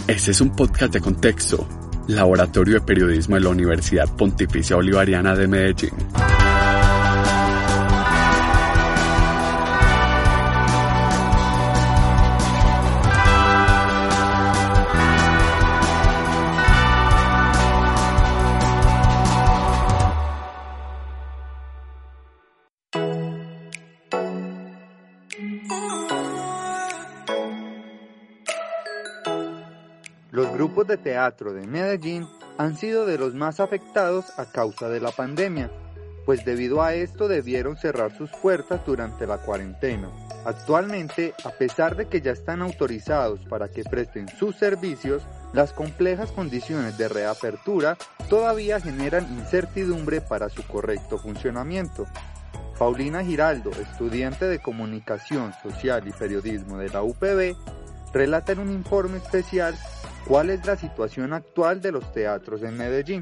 Este es un podcast de Contexto, Laboratorio de Periodismo de la Universidad Pontificia Bolivariana de Medellín. Los grupos de teatro de Medellín han sido de los más afectados a causa de la pandemia, pues debido a esto debieron cerrar sus puertas durante la cuarentena. Actualmente, a pesar de que ya están autorizados para que presten sus servicios, las complejas condiciones de reapertura todavía generan incertidumbre para su correcto funcionamiento. Paulina Giraldo, estudiante de Comunicación Social y Periodismo de la UPB, relata en un informe especial cuál es la situación actual de los teatros en Medellín.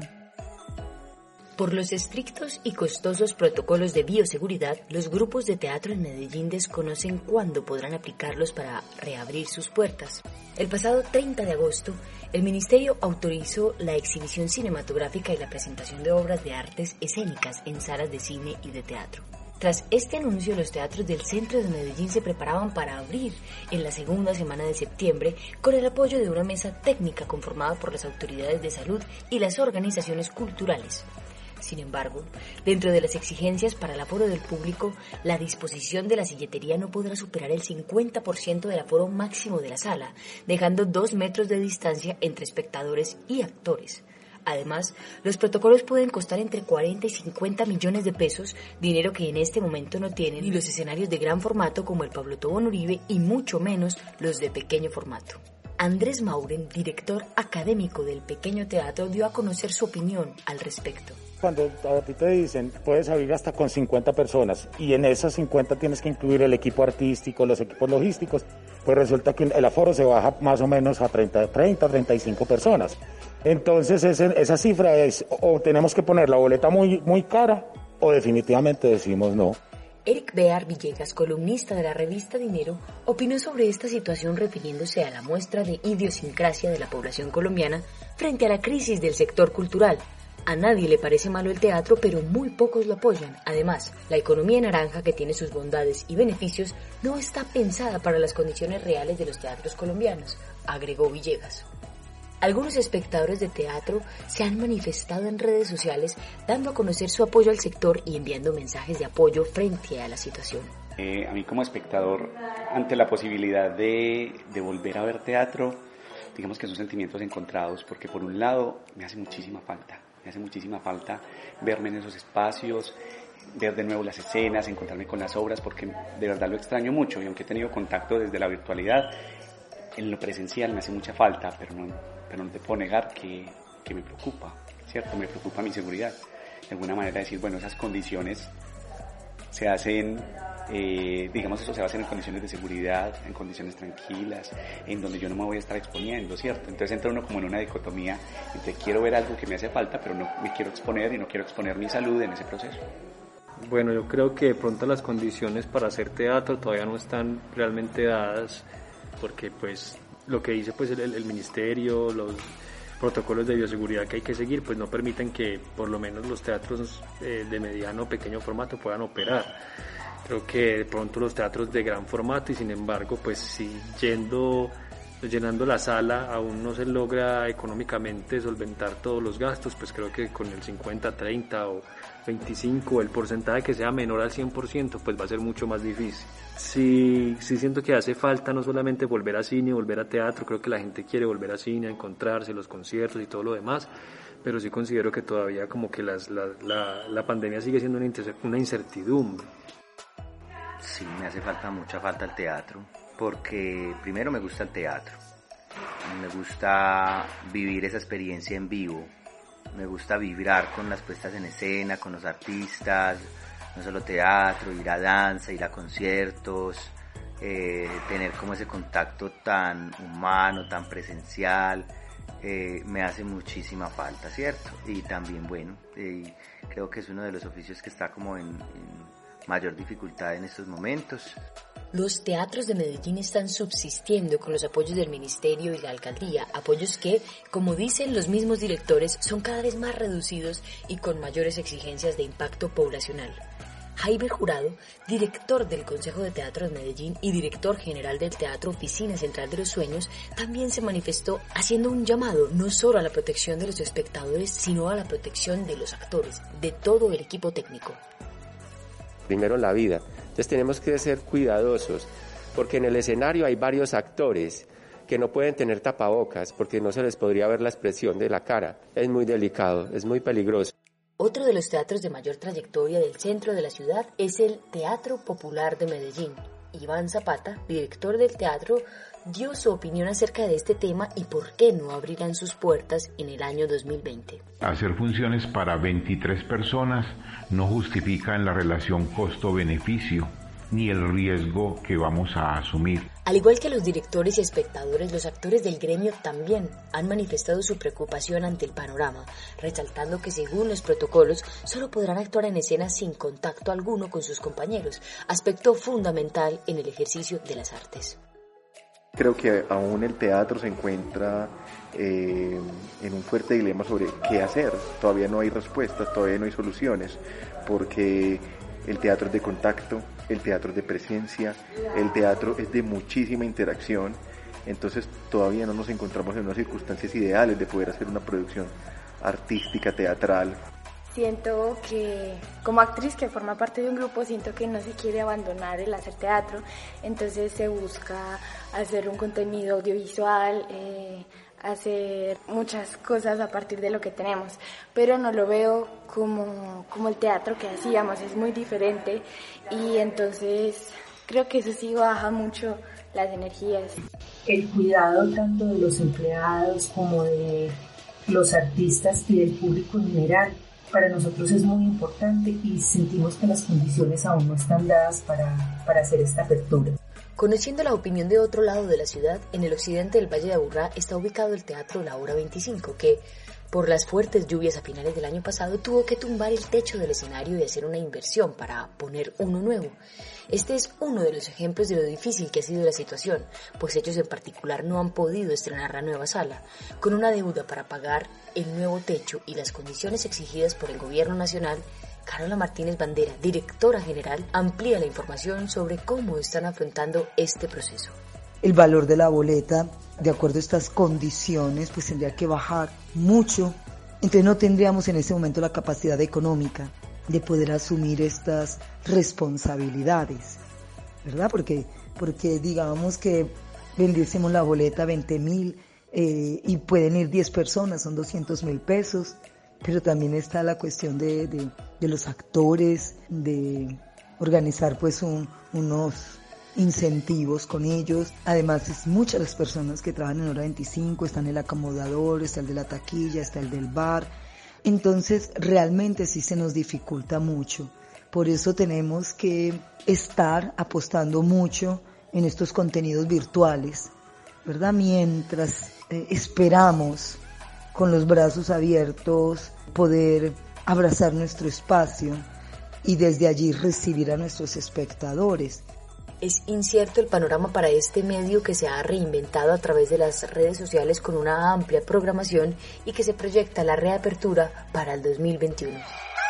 Por los estrictos y costosos protocolos de bioseguridad, los grupos de teatro en Medellín desconocen cuándo podrán aplicarlos para reabrir sus puertas. El pasado 30 de agosto, el Ministerio autorizó la exhibición cinematográfica y la presentación de obras de artes escénicas en salas de cine y de teatro. Tras este anuncio, los teatros del centro de Medellín se preparaban para abrir en la segunda semana de septiembre con el apoyo de una mesa técnica conformada por las autoridades de salud y las organizaciones culturales. Sin embargo, dentro de las exigencias para el aforo del público, la disposición de la silletería no podrá superar el 50% del aforo máximo de la sala, dejando 2 metros de distancia entre espectadores y actores. Además, los protocolos pueden costar entre 40 y 50 millones de pesos, dinero que en este momento no tienen ni los escenarios de gran formato como el Pablo Tobón Uribe y mucho menos los de pequeño formato. Andrés Mauren, director académico del Pequeño Teatro, dio a conocer su opinión al respecto. Cuando a ti te dicen, puedes abrir hasta con 50 personas y en esas 50 tienes que incluir el equipo artístico, los equipos logísticos, pues resulta que el aforo se baja más o menos a 35 personas. Entonces esa cifra es, o tenemos que poner la boleta muy cara, o definitivamente decimos no. Eric Bear Villegas, columnista de la revista Dinero, opinó sobre esta situación refiriéndose a la muestra de idiosincrasia de la población colombiana frente a la crisis del sector cultural. A nadie le parece malo el teatro, pero muy pocos lo apoyan. Además, la economía naranja, que tiene sus bondades y beneficios, no está pensada para las condiciones reales de los teatros colombianos, agregó Villegas. Algunos espectadores de teatro se han manifestado en redes sociales dando a conocer su apoyo al sector y enviando mensajes de apoyo frente a la situación. A mí como espectador, ante la posibilidad de volver a ver teatro, digamos que son sentimientos encontrados, porque por un lado me hace muchísima falta verme en esos espacios, ver de nuevo las escenas, encontrarme con las obras, porque de verdad lo extraño mucho, y aunque he tenido contacto desde la virtualidad, en lo presencial me hace mucha falta, pero no te puedo negar que me preocupa, ¿cierto? Me preocupa mi seguridad. De alguna manera decir, bueno, esas condiciones se hacen, eso se va a hacer en condiciones de seguridad, en condiciones tranquilas, en donde yo no me voy a estar exponiendo, ¿cierto? Entonces entra uno como en una dicotomía entre quiero ver algo que me hace falta, pero no me quiero exponer y no quiero exponer mi salud en ese proceso. Bueno, yo creo que de pronto las condiciones para hacer teatro todavía no están realmente dadas, porque pues lo que dice pues el ministerio, los protocolos de bioseguridad que hay que seguir, pues no permiten que por lo menos los teatros de mediano o pequeño formato puedan operar. Creo que de pronto los teatros de gran formato, y sin embargo pues si llenando la sala aún no se logra económicamente solventar todos los gastos, pues creo que con el 50, 30 o 25, el porcentaje que sea menor al 100%, pues va a ser mucho más difícil. Sí siento que hace falta no solamente volver a cine, volver a teatro, creo que la gente quiere volver a cine, a encontrarse, los conciertos y todo lo demás, pero sí considero que todavía como que la pandemia sigue siendo una incertidumbre. Sí, me hace mucha falta el teatro, porque primero me gusta el teatro, me gusta vivir esa experiencia en vivo, me gusta vibrar con las puestas en escena, con los artistas, no solo teatro, ir a danza, ir a conciertos, tener como ese contacto tan humano, tan presencial, me hace muchísima falta, ¿cierto? Y también, bueno, creo que es uno de los oficios que está como mayor dificultad en estos momentos. Los teatros de Medellín están subsistiendo con los apoyos del ministerio y la alcaldía, apoyos que, como dicen los mismos directores, son cada vez más reducidos y con mayores exigencias de impacto poblacional. Jaime Jurado, director del Consejo de Teatro de Medellín y director general del Teatro Oficina Central de los Sueños, también se manifestó haciendo un llamado no solo a la protección de los espectadores, sino a la protección de los actores, de todo el equipo técnico. Primero la vida, entonces tenemos que ser cuidadosos, porque en el escenario hay varios actores que no pueden tener tapabocas porque no se les podría ver la expresión de la cara, es muy delicado, es muy peligroso. Otro de los teatros de mayor trayectoria del centro de la ciudad es el Teatro Popular de Medellín. Iván Zapata, director del teatro, dio su opinión acerca de este tema y por qué no abrirán sus puertas en el año 2020. Hacer funciones para 23 personas no justifica en la relación costo-beneficio ni el riesgo que vamos a asumir. Al igual que los directores y espectadores, los actores del gremio también han manifestado su preocupación ante el panorama, resaltando que según los protocolos solo podrán actuar en escena sin contacto alguno con sus compañeros, aspecto fundamental en el ejercicio de las artes. Creo que aún el teatro se encuentra en un fuerte dilema sobre qué hacer. Todavía no hay respuestas, todavía no hay soluciones, porque el teatro es de contacto, el teatro es de presencia, el teatro es de muchísima interacción, entonces todavía no nos encontramos en unas circunstancias ideales de poder hacer una producción artística, teatral. Siento que como actriz que forma parte de un grupo, siento que no se quiere abandonar el hacer teatro, entonces se busca hacer un contenido audiovisual, hacer muchas cosas a partir de lo que tenemos, pero no lo veo como el teatro que hacíamos, es muy diferente y entonces creo que eso sí baja mucho las energías. El cuidado tanto de los empleados como de los artistas y del público en general para nosotros es muy importante y sentimos que las condiciones aún no están dadas para hacer esta apertura. Conociendo la opinión de otro lado de la ciudad, en el occidente del Valle de Aburrá está ubicado el Teatro La Hora 25, que, por las fuertes lluvias a finales del año pasado, tuvo que tumbar el techo del escenario y hacer una inversión para poner uno nuevo. Este es uno de los ejemplos de lo difícil que ha sido la situación, pues ellos en particular no han podido estrenar la nueva sala, con una deuda para pagar el nuevo techo y las condiciones exigidas por el gobierno nacional. Carola Martínez Bandera, directora general, amplía la información sobre cómo están afrontando este proceso. El valor de la boleta, de acuerdo a estas condiciones, pues tendría que bajar mucho. Entonces no tendríamos en ese momento la capacidad económica de poder asumir estas responsabilidades, ¿verdad? Porque digamos que vendiésemos la boleta 20.000 y pueden ir 10 personas, son 200.000 pesos. Pero también está la cuestión de los actores, de organizar pues unos incentivos con ellos. Además es muchas las personas que trabajan en Hora 25, están el acomodador, está el de la taquilla, está el del bar. Entonces realmente sí se nos dificulta mucho. Por eso tenemos que estar apostando mucho en estos contenidos virtuales, ¿verdad? Mientras esperamos con los brazos abiertos, poder abrazar nuestro espacio y desde allí recibir a nuestros espectadores. Es incierto el panorama para este medio que se ha reinventado a través de las redes sociales con una amplia programación y que se proyecta la reapertura para el 2021.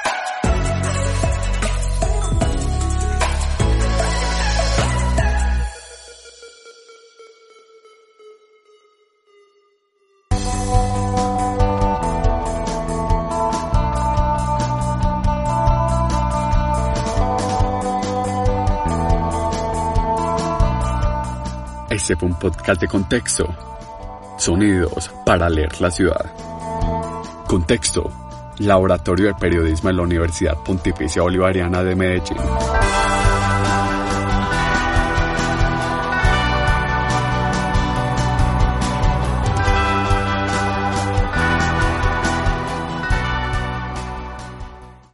Este fue un podcast de Contexto. Sonidos para leer la ciudad. Contexto, Laboratorio de Periodismo de la Universidad Pontificia Bolivariana de Medellín.